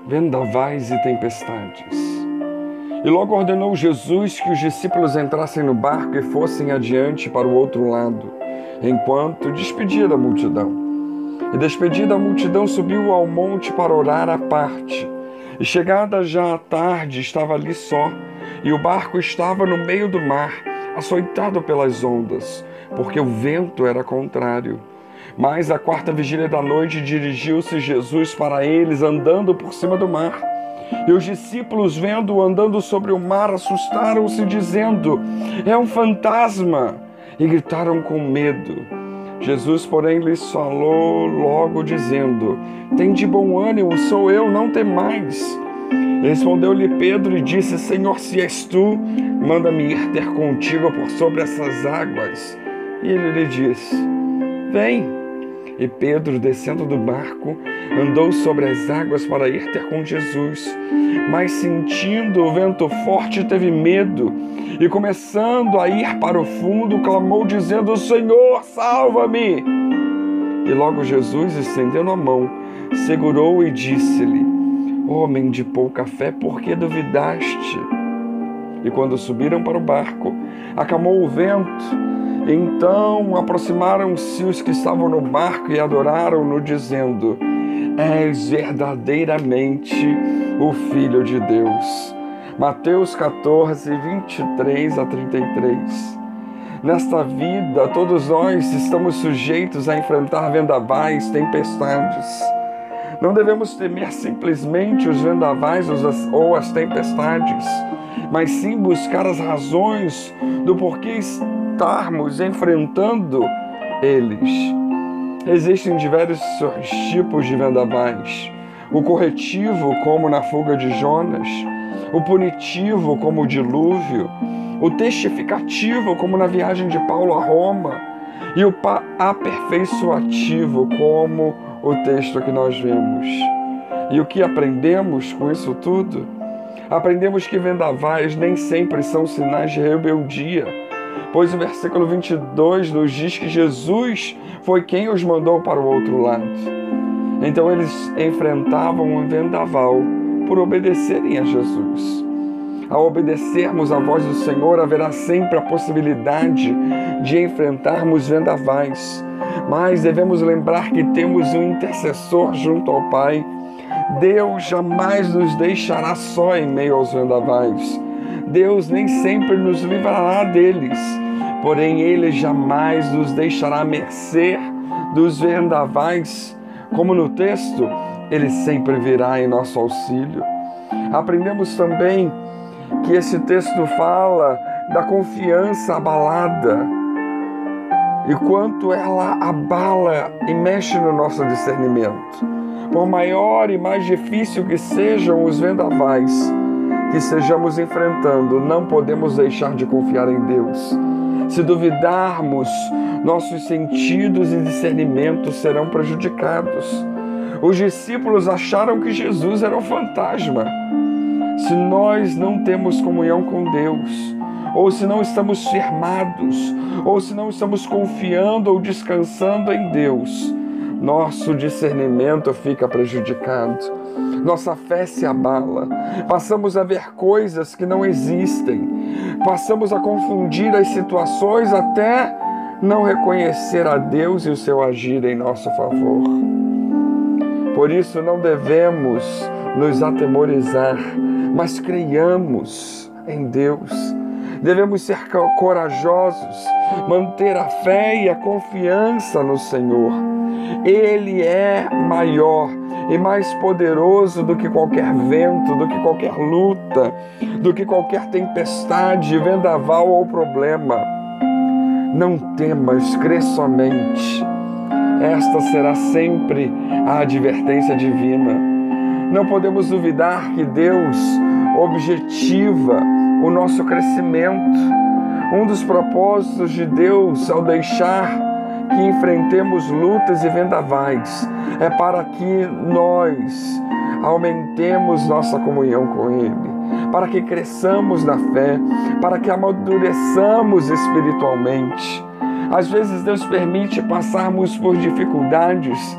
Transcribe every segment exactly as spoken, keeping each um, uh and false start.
vendavais e tempestades. E logo ordenou Jesus que os discípulos entrassem no barco e fossem adiante para o outro lado, enquanto despedia da multidão. E despedida a multidão, subiu ao monte para orar à parte. E chegada já a tarde, estava ali só, e o barco estava no meio do mar, açoitado pelas ondas, porque o vento era contrário. Mas à quarta vigília da noite dirigiu-se Jesus para eles, andando por cima do mar. E os discípulos, vendo-o andando sobre o mar, assustaram-se, dizendo: é um fantasma! E gritaram com medo. Jesus, porém, lhes falou logo, dizendo: tende bom ânimo, sou eu, não temais. Respondeu-lhe Pedro e disse: Senhor, se és tu, manda-me ir ter contigo por sobre essas águas. E ele lhe disse: vem. E Pedro, descendo do barco, andou sobre as águas para ir ter com Jesus. Mas, sentindo o vento forte, teve medo e, começando a ir para o fundo, clamou, dizendo: Senhor, salva-me! E logo Jesus, estendendo a mão, segurou e disse-lhe: homem de pouca fé, por que duvidaste? E quando subiram para o barco, acalmou o vento. Então aproximaram-se os que estavam no barco e adoraram-no, dizendo: és verdadeiramente o Filho de Deus. Mateus catorze, vinte e três a trinta e três. Nesta vida, todos nós estamos sujeitos a enfrentar vendavais, tempestades. Não devemos temer simplesmente os vendavais ou as tempestades, mas sim buscar as razões do porquê estarmos enfrentando eles. Existem diversos tipos de vendavais. O corretivo, como na fuga de Jonas, o punitivo, como o dilúvio, o testificativo, como na viagem de Paulo a Roma, e o aperfeiçoativo, como o texto que nós vemos. E o que aprendemos com isso tudo? Aprendemos que vendavais nem sempre são sinais de rebeldia, pois o versículo vinte e dois nos diz que Jesus foi quem os mandou para o outro lado. Então eles enfrentavam um vendaval por obedecerem a Jesus. Ao obedecermos à voz do Senhor, haverá sempre a possibilidade de enfrentarmos vendavais. Mas devemos lembrar que temos um intercessor junto ao Pai. Deus jamais nos deixará só em meio aos vendavais. Deus nem sempre nos livrará deles, porém Ele jamais nos deixará à mercê dos vendavais. Como no texto, Ele sempre virá em nosso auxílio. Aprendemos também que esse texto fala da confiança abalada e quanto ela abala e mexe no nosso discernimento. Por maior e mais difícil que sejam os vendavais que estejamos enfrentando, não podemos deixar de confiar em Deus. Se duvidarmos, nossos sentidos e discernimentos serão prejudicados. Os discípulos acharam que Jesus era um fantasma. Se nós não temos comunhão com Deus, ou se não estamos firmados, ou se não estamos confiando ou descansando em Deus, nosso discernimento fica prejudicado, nossa fé se abala, passamos a ver coisas que não existem, passamos a confundir as situações até não reconhecer a Deus e o seu agir em nosso favor. Por isso não devemos nos atemorizar, mas creiamos em Deus. Devemos ser corajosos, manter a fé e a confiança no Senhor. Ele é maior e mais poderoso do que qualquer vento, do que qualquer luta, do que qualquer tempestade, vendaval ou problema. Não temas, crê somente. Esta será sempre a advertência divina. Não podemos duvidar que Deus objetiva o nosso crescimento. Um dos propósitos de Deus ao deixar que enfrentemos lutas e vendavais é para que nós aumentemos nossa comunhão com Ele, para que cresçamos na fé, para que amadureçamos espiritualmente. Às vezes Deus permite passarmos por dificuldades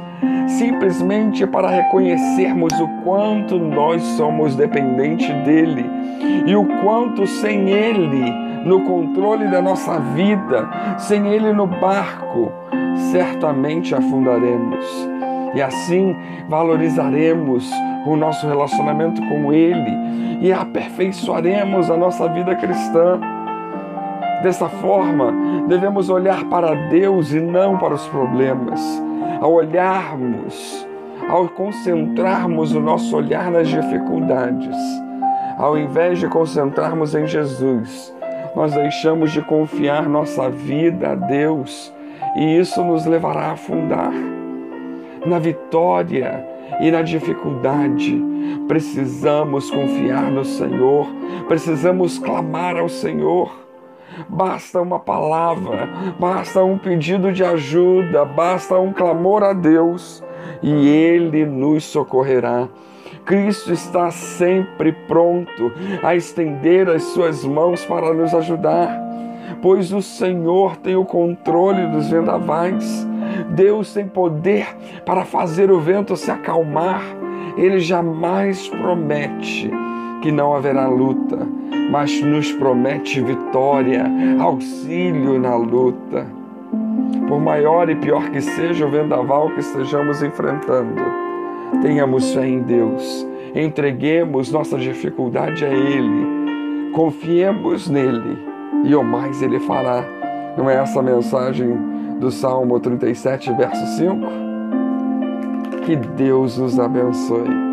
simplesmente para reconhecermos o quanto nós somos dependentes dele e o quanto sem ele no controle da nossa vida, sem ele no barco, certamente afundaremos. E assim valorizaremos o nosso relacionamento com ele e aperfeiçoaremos a nossa vida cristã. Dessa forma, devemos olhar para Deus e não para os problemas. Ao olharmos, ao concentrarmos o nosso olhar nas dificuldades, ao invés de concentrarmos em Jesus, nós deixamos de confiar nossa vida a Deus e isso nos levará a afundar. Na vitória e na dificuldade, precisamos confiar no Senhor, precisamos clamar ao Senhor. Basta uma palavra, basta um pedido de ajuda, basta um clamor a Deus e Ele nos socorrerá. Cristo está sempre pronto a estender as suas mãos para nos ajudar, pois o Senhor tem o controle dos vendavais. Deus tem poder para fazer o vento se acalmar. Ele jamais promete que não haverá luta, mas nos promete vitória, auxílio na luta. Por maior e pior que seja o vendaval que estejamos enfrentando, tenhamos fé em Deus, entreguemos nossa dificuldade a Ele, confiemos nele e o mais Ele fará. Não é essa a mensagem do Salmo trinta e sete, verso cinco? Que Deus nos abençoe.